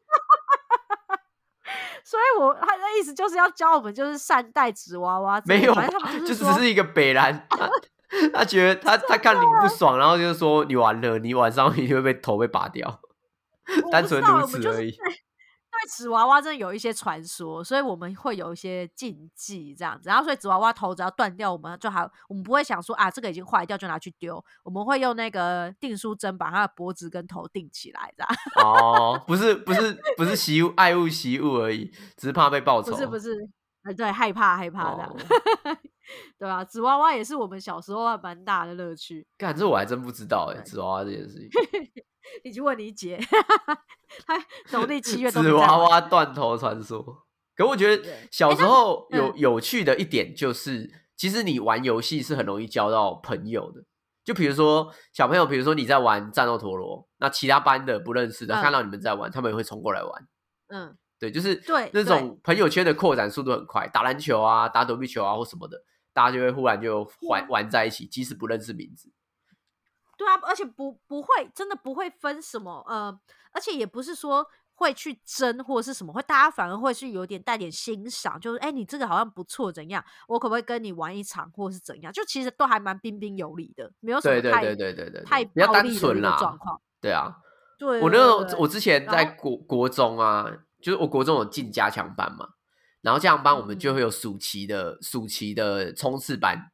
所以他的意思就是要教我们就是善待纸娃娃。 没有， 反正他们就只是一个北兰。他觉得他看你不爽，然后就是说你完了，你晚上一定会头被拔掉，单纯如此而已。 对纸娃娃真的有一些传说，所以我们会有一些禁忌这样子。然后所以纸娃娃头只要断掉，我们不会想说这个已经坏掉就拿去丢，我们会用那个订书针把它的脖子跟头订起来的。 不是习物爱物惜物而已，只是怕被报仇。 不是，对，害怕这样。对啊，纸娃娃也是我们小时候还蛮大的乐趣。 干，这我还真不知道纸娃娃这件事情。 你去问你姐，农历7月纸娃娃断头传说。可我觉得小时候有趣的一点就是，其实你玩游戏是很容易交到朋友的。就比如说小朋友，比如说你在玩战斗陀螺，那其他班的不认识的看到你们在玩，他们也会冲过来玩。对，就是那种朋友圈的扩展速度很快，打篮球啊，打躲避球啊或什么的，大家就会忽然就玩在一起，即使不认识名字。 对啊，而且不会，真的不会分什么而且也不是说会去争或者是什么，大家反而会是有点带点欣赏，就是你这个好像不错，怎样？我可不可以跟你玩一场，或是怎样？就其实都还蛮彬彬有礼的，没有什么太比较单纯啦状况。 对啊， 对， 我之前在国中啊，就是我国中有进加强班嘛，然后加强班我们就会有暑期的冲刺班。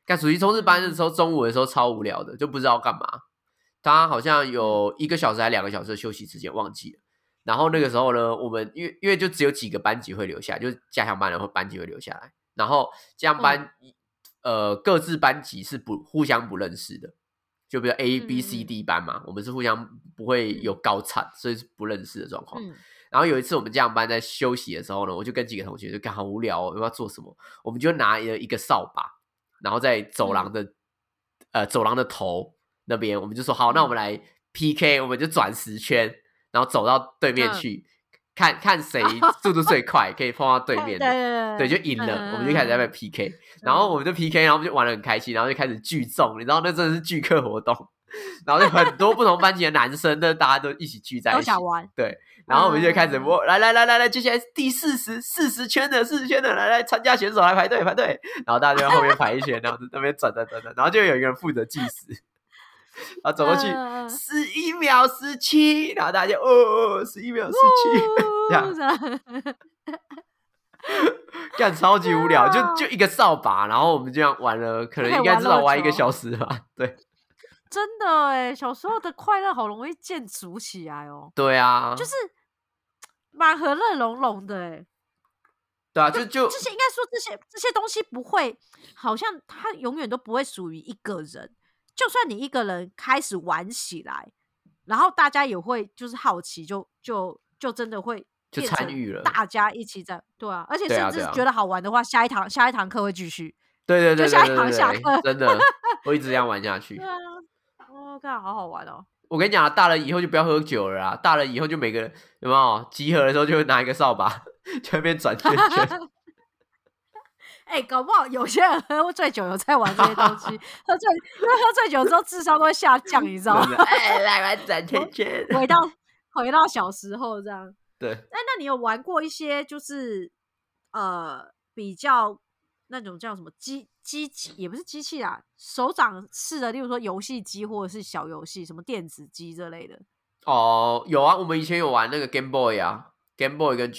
干暑期冲刺班的时候，中午的时候超无聊的，就不知道干嘛。他好像有1个小时还2个小时的休息时间，忘记了。然后那个时候呢，我们因为就只有几个班级会留下来，就是加强班然后班级会留下来。然后加强班各自班级是互相不认识的，就比如 A、B、C、D 班嘛，我们是互相不会有高产，所以是不认识的状况。然后有一次我们加强班在休息的时候呢，我就跟几个同学就干好无聊哦，要不要做什么？我们就拿了一个扫把，然后在走廊的头那边，我们就说好，那我们来 PK， 我们就转10圈，然后走到对面去，看谁速度最快，可以碰到对面的，对，就赢了。我们就开始在那边 PK， 然后我们就 PK， 然后我们就玩得很开心，然后就开始聚众，你知道那真的是聚课活动，然后就很多不同班级的男生呢，大家都一起聚在一起， 都想玩， 对，然后我们就开始来，接下来第40圈的，来参加选手来排队，然后大家就在后面排一圈，然后那边转，然后就有一个人负责计时。然后走过去，11秒17，然后大家就11秒17，这样，干超级无聊，就一个扫把，然后我们这样玩了，可能应该至少玩1个小时吧，对。 真的耶，小时候的快乐好容易建筑起来哦。 对啊， 就是蛮和乐融融的耶。 对啊，就这些应该说这些东西不会，好像它永远都不会属于一个人。就算你一个人开始玩起来，然后大家也会就是好奇，就真的会就参与了， 大家一起在，对啊，而且甚至觉得好玩的话，下一堂课会继续， 对， 就下一堂下课， 真的会一直这样玩下去。 对啊，看好好玩哦。 我跟你讲，大了以后就不要喝酒了啦，大了以后就每个人有没有集合的时候就会拿一个扫把，在那边转圈圈。 搞不好有些人喝醉酒有在玩这些东西，因为喝醉酒之后智商都会下降，你知道吗？ 来玩转圈圈， 回到小时候这样。 对， 那你有玩过一些就是比较那种叫什么机器，也不是机器啦，手掌式的，例如说游戏机或者是小游戏，什么电子机这类的？ 哦，有啊，我们以前有玩那个 Game Boy 啊 ，Game Boy 跟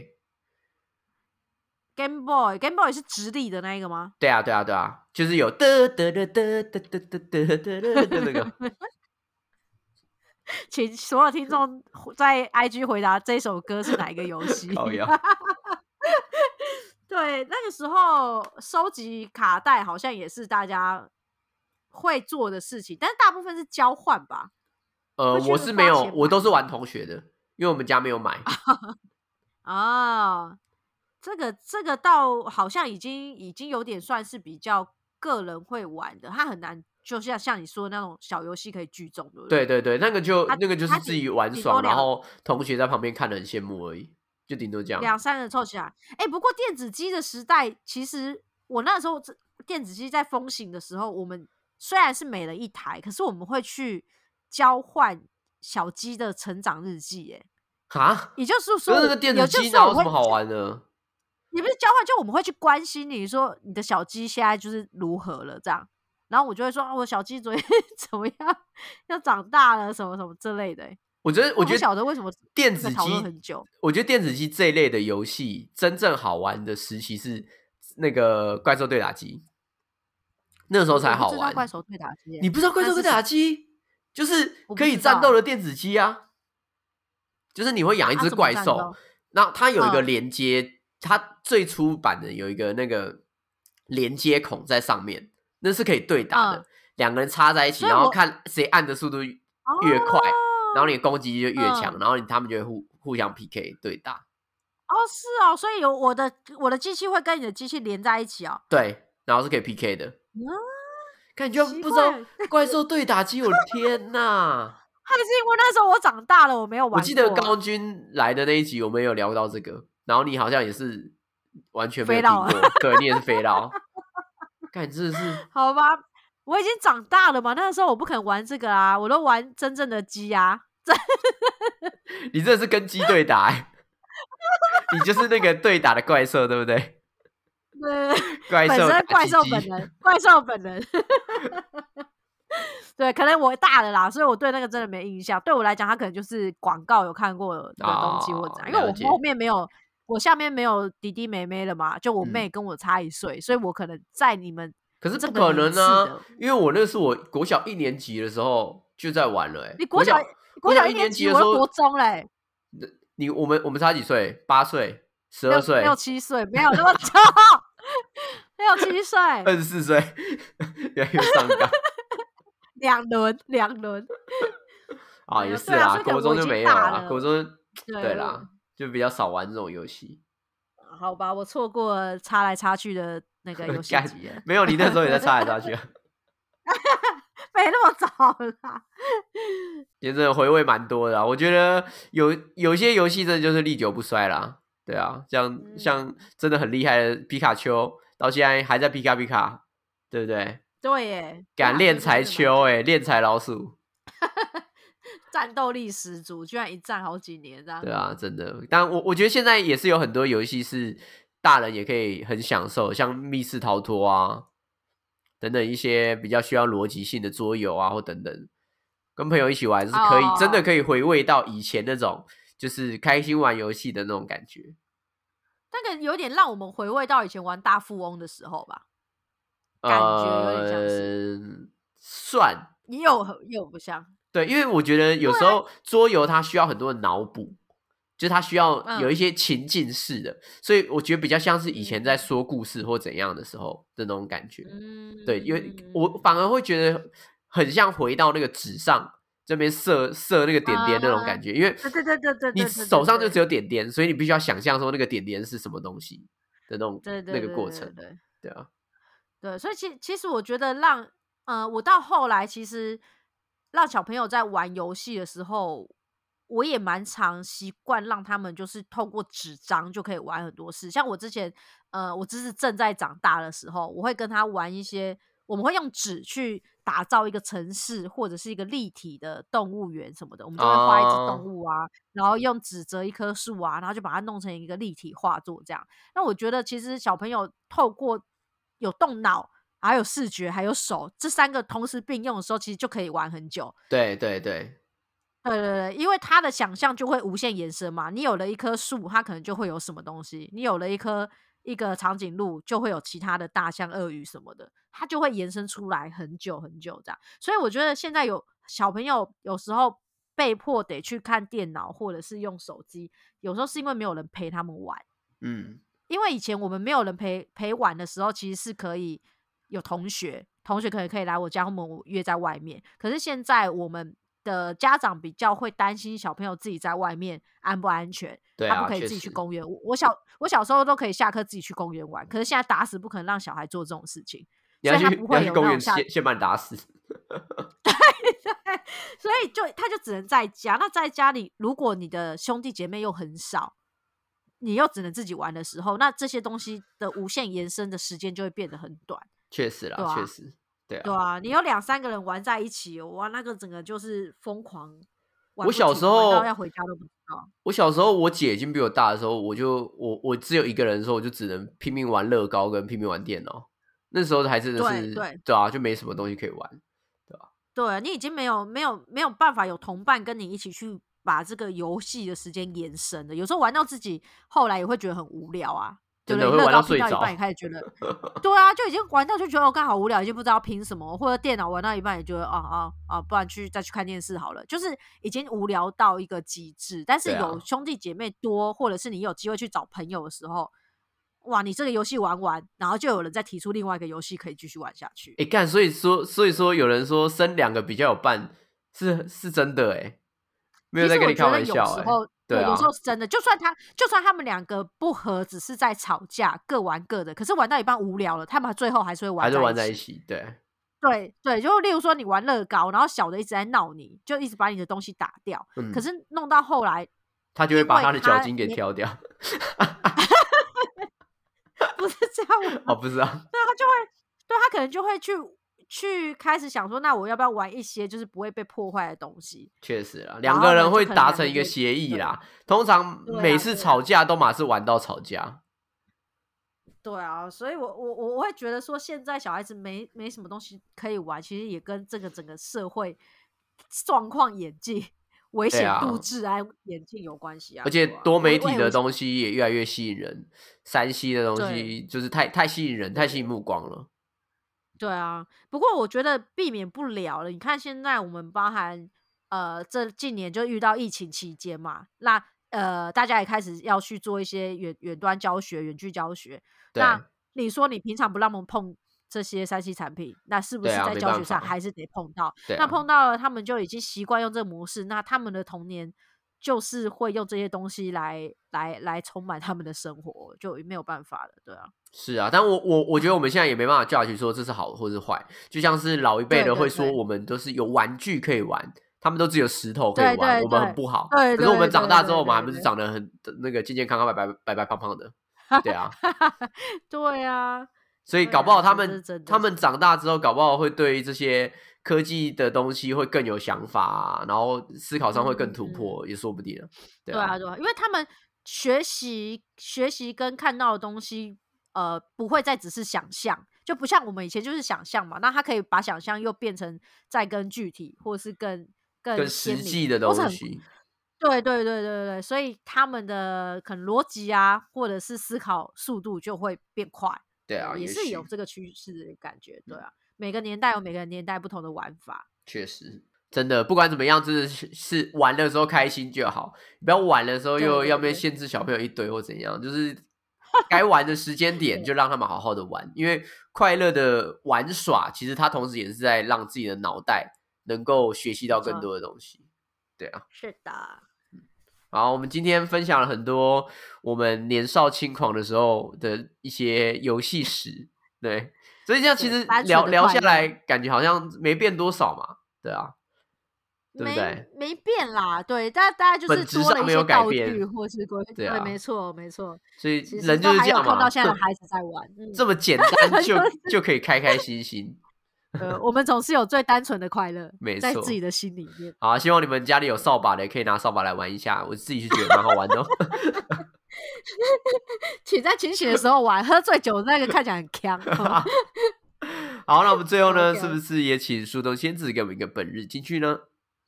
GBA。Game Boy 是直立的那一个吗？ 对啊，就是有的那个。 请所有听众在 IG 回答这首歌是哪一个游戏？对，那个时候收集卡带好像也是大家会做的事情，但是大部分是交换吧。 我是没有，我都是玩同学的，因为我们家没有买。 啊，这个倒好像已经有点算是比较个人会玩的，它很难，就像你说的那种小游戏可以聚众，对不对？对，那个就是自己玩爽，然后同学在旁边看得很羡慕而已，就顶多这样。 2、3人凑起来。不过电子机的时代，其实我那时候电子机在风行的时候，我们虽然是每人1台，可是我们会去交换小鸡的成长日记，也就是说， 那个电子机哪有什么好玩的？ 也不是交换，就我们会去关心你说你的小鸡现在就是如何了这样，然后我就会说我小鸡昨天怎么样，要长大了什么什么之类的。 我觉得不晓得为什么电子机很久。 我觉得电子机这一类的游戏真正好玩的时期是那个怪兽对打机，那时候才好玩。 怪兽对打机， 你不知道怪兽对打机就是可以战斗的电子机啊？就是你会养一只怪兽，然后它有一个连接，它最初版的有一个那个连接孔在上面，那是可以对打的，2个人插在一起，然后看谁按的速度越快，然后你的攻击就越强，然后他们就会互相 PK 对打。 是哦，所以我的机器会跟你的机器连在一起哦。 对，然后是可以 PK 的。感觉不知道怪兽对打机，我的天哪！ 还是因为那时候我长大了，我没有玩过。 我记得高君来的那一集，我们有聊到这个，然后你好像也是完全没有听过，对，你也是飞到。干，真的是好吧，我已经长大了嘛，那个时候我不肯玩这个啊，我都玩真正的鸡啊。 你真的是跟鸡对打你就是那个对打的怪兽，对不对？ 对，本身怪兽本人。对，可能我大了啦，所以我对那个真的没印象。对我来讲，它可能就是广告有看过的东西或者怎样，因为我后面没有，我下面没有弟弟妹妹了嘛，就我妹跟我差1岁，所以我可能在你们可是不可能啊，因为我那是我国小1年级的时候就在玩了你国小 1年级的时候，我国中嘞。 我们差几岁？8岁、12岁、 6、7岁，没有那么久，6、7岁 ，24岁，越来越上纲。 两轮啊，也是啦，国中就没有啦，国中对啦，就比较少玩这种游戏。 好吧，我错过插来插去的那个游戏机了。 没有，你那时候也在插来插去啊。 没那么早啦。 也真的回味蛮多的啦，我觉得有些游戏真的就是历久不衰啦。对啊，像真的很厉害的皮卡丘，到现在还在皮卡，对不对？ 对耶， 敢练财丘练财老鼠。 战斗力十足，居然一战好几年这样。 对啊，真的。但我觉得现在也是有很多游戏是大人也可以很享受，像密室逃脱啊等等一些比较需要逻辑性的桌游啊，或等等，跟朋友一起玩是可以真的可以回味到以前那种就是开心玩游戏的那种感觉。 那个有点让我们回味到以前玩大富翁的时候吧，感觉有点像是算也有不像。 对，因为我觉得有时候桌游它需要很多的脑补，就是它需要有一些情境式的，所以我觉得比较像是以前在说故事或怎样的时候的那种感觉。对，因为我反而会觉得很像回到那个纸上这边射那个点点那种感觉，因为对， 你手上就只有点点，所以你必须要想象说那个点点是什么东西的那种那个过程。对啊， 对，所以其实我觉得我到后来其实让小朋友在玩游戏的时候，我也蛮常习惯让他们就是透过纸张就可以玩很多事。像我之前我只是正在长大的时候，我会跟他玩一些，我们会用纸去打造一个城市或者是一个立体的动物园什么的，我们就会画一只动物啊，然后用纸折一棵树啊，然后就把它弄成一个立体画作这样。那我觉得其实小朋友透过有动脑，还有视觉，还有手，这3个同时并用的时候，其实就可以玩很久。 对， 因为他的想象就会无限延伸嘛。你有了一棵树，它可能就会有什么东西；你有了一个长颈鹿，就会有其他的大象、鳄鱼什么的，它就会延伸出来很久很久这样。所以我觉得现在有小朋友有时候被迫得去看电脑或者是用手机，有时候是因为没有人陪他们玩。因为以前我们没有人陪玩的时候，其实是可以有同学可以来我家，我们约在外面。可是现在我们的家长比较会担心小朋友自己在外面安不安全，他不可以自己去公园。我小时候都可以下课自己去公园玩，可是现在打死不可能让小孩做这种事情，所以他不会有那种先把你打死。 对，所以他就只能在家。那在家里，如果你的兄弟姐妹又很少，你又只能自己玩的时候，那这些东西的无限延伸的时间就会变得很短。 确实啦，确实，对啊，你有2、3个人玩在一起，哇，那个整个就是疯狂。 我小时候玩到要回家都不知道。 我小时候，我姐已经比我大的时候，我只有一个人的时候，我就只能拼命玩乐高跟拼命玩电脑。那时候还真的是对啊，就没什么东西可以玩，对吧？ 对，你已经没有办法有同伴跟你一起去把这个游戏的时间延伸了。有时候玩到自己后来也会觉得很无聊啊， 真的会玩到睡着， 拼到一半也开始觉得，对啊，就已经玩到就觉得我刚好无聊，已经不知道拼什么，或者电脑玩到一半也觉得不然再去看电视好了，就是已经无聊到一个极致。但是有兄弟姐妹多，或者是你有机会去找朋友的时候，哇，你这个游戏玩完，然后就有人再提出另外一个游戏可以继续玩下去。 干，所以说有人说生2个比较有伴，是真的没有在跟你开玩笑对，有时候是真的。就算他们2个不合，只是在吵架，各玩各的，可是玩到一半无聊了，他们最后还是会玩在一起。对，就例如说你玩乐高，然后小的一直在闹你，就一直把你的东他打掉。可是弄到后来， 他就会把他的脚筋给挑掉。 不是这样吗？ 不是啊。 他可能就会去开始想说，那我要不要玩一些就是不会被破坏的东西？ 确实啦，2个人会达成一个协议啦。通常每次吵架都马是玩到吵架。 对啊，所以我会觉得说，现在小孩子没什么东西可以玩，其实也跟这个整个社会状况演进、危险度、治安演进有关系啊。 而且多媒体的东西也越来越吸引人，3C 的东西就是太吸引人，太吸引目光了。 对啊，不过我觉得避免不了了。你看现在我们包含这近年就遇到疫情期间嘛，那大家也开始要去做一些远端教学、远距教学。那你说你平常不让他们碰这些3C 产品，那是不是在教学上还是得碰到？那碰到了，他们就已经习惯用这个模式，那他们的童年就是会用这些东西来充满他们的生活，就没有办法了，对啊。 是啊，但我觉得我们现在也没办法 judge 说这是好或是坏，就像是老一辈的会说我们都是有玩具可以玩，他们都只有石头可以玩，我们很不好。可是我们长大之后，我们还不是长得很那个健健康康、白白胖胖的，对啊， 对啊。 所以搞不好他们长大之后，搞不好会对这些科技的东西会更有想法，然后思考上会更突破，也说不定。对啊， 因为他们学习跟看到的东西。不会再只是想象，就不像我们以前就是想象嘛。那他可以把想象又变成再更具体，或是更实际的东西。 对，所以他们的可能逻辑啊，或者是思考速度就会变快。 对啊， 也是有这个趋势的感觉。对啊，每个年代有每个年代不同的玩法。 确实，真的不管怎么样，真的是玩的时候开心就好，不要玩的时候又要被限制小朋友一堆或怎样，就是该玩的时间点就让他们好好的玩，因为快乐的玩耍其实它同时也是在让自己的脑袋能够学习到更多的东西。对啊， 是的。 好，我们今天分享了很多我们年少轻狂的时候的一些游戏史，对，所以这样其实聊下来感觉好像没变多少嘛，对啊，对不对？ 没变啦，对，大家就是多了一些道具或是对啊，没错。 所以人就是这样嘛， 看到现在的孩子在玩， 这么简单就可以开开心心。 我们总是有最单纯的快乐， 没错， 在自己的心里面。 好，希望你们家里有扫把的，可以拿扫把来玩一下。我自己是觉得蛮好玩的。 请在清醒的时候玩，喝醉酒那个看起来很强。 好，那我们最后呢，是不是也请树洞仙子给我们一个本日金句呢？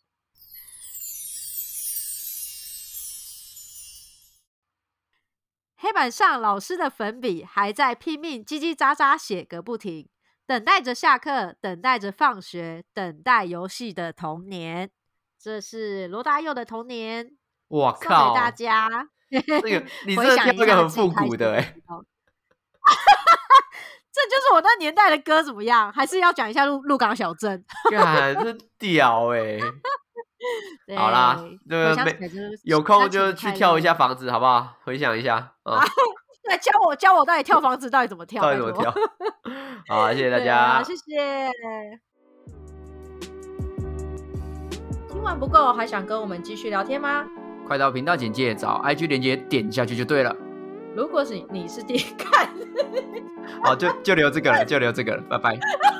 黑板上老师的粉笔还在拼命叽叽喳喳写个不停，等待着下课，等待着放学，等待游戏的童年。这是罗大佑的童年， 哇靠！ 送给大家。 这个你这挑一个很复古的这就是我那年代的歌，怎么样？还是要讲一下鹿港小镇？ 干，这屌好啦，有空就去跳一下房子，好不好？回想一下。 对，教我到底跳房子到底怎么跳？ 好，谢谢大家， 谢谢。听完不够，还想跟我们继续聊天吗？ 快到频道简介找 IG 连结点下去就对了。 如果是你是第一看， 好，就留这个了，拜拜。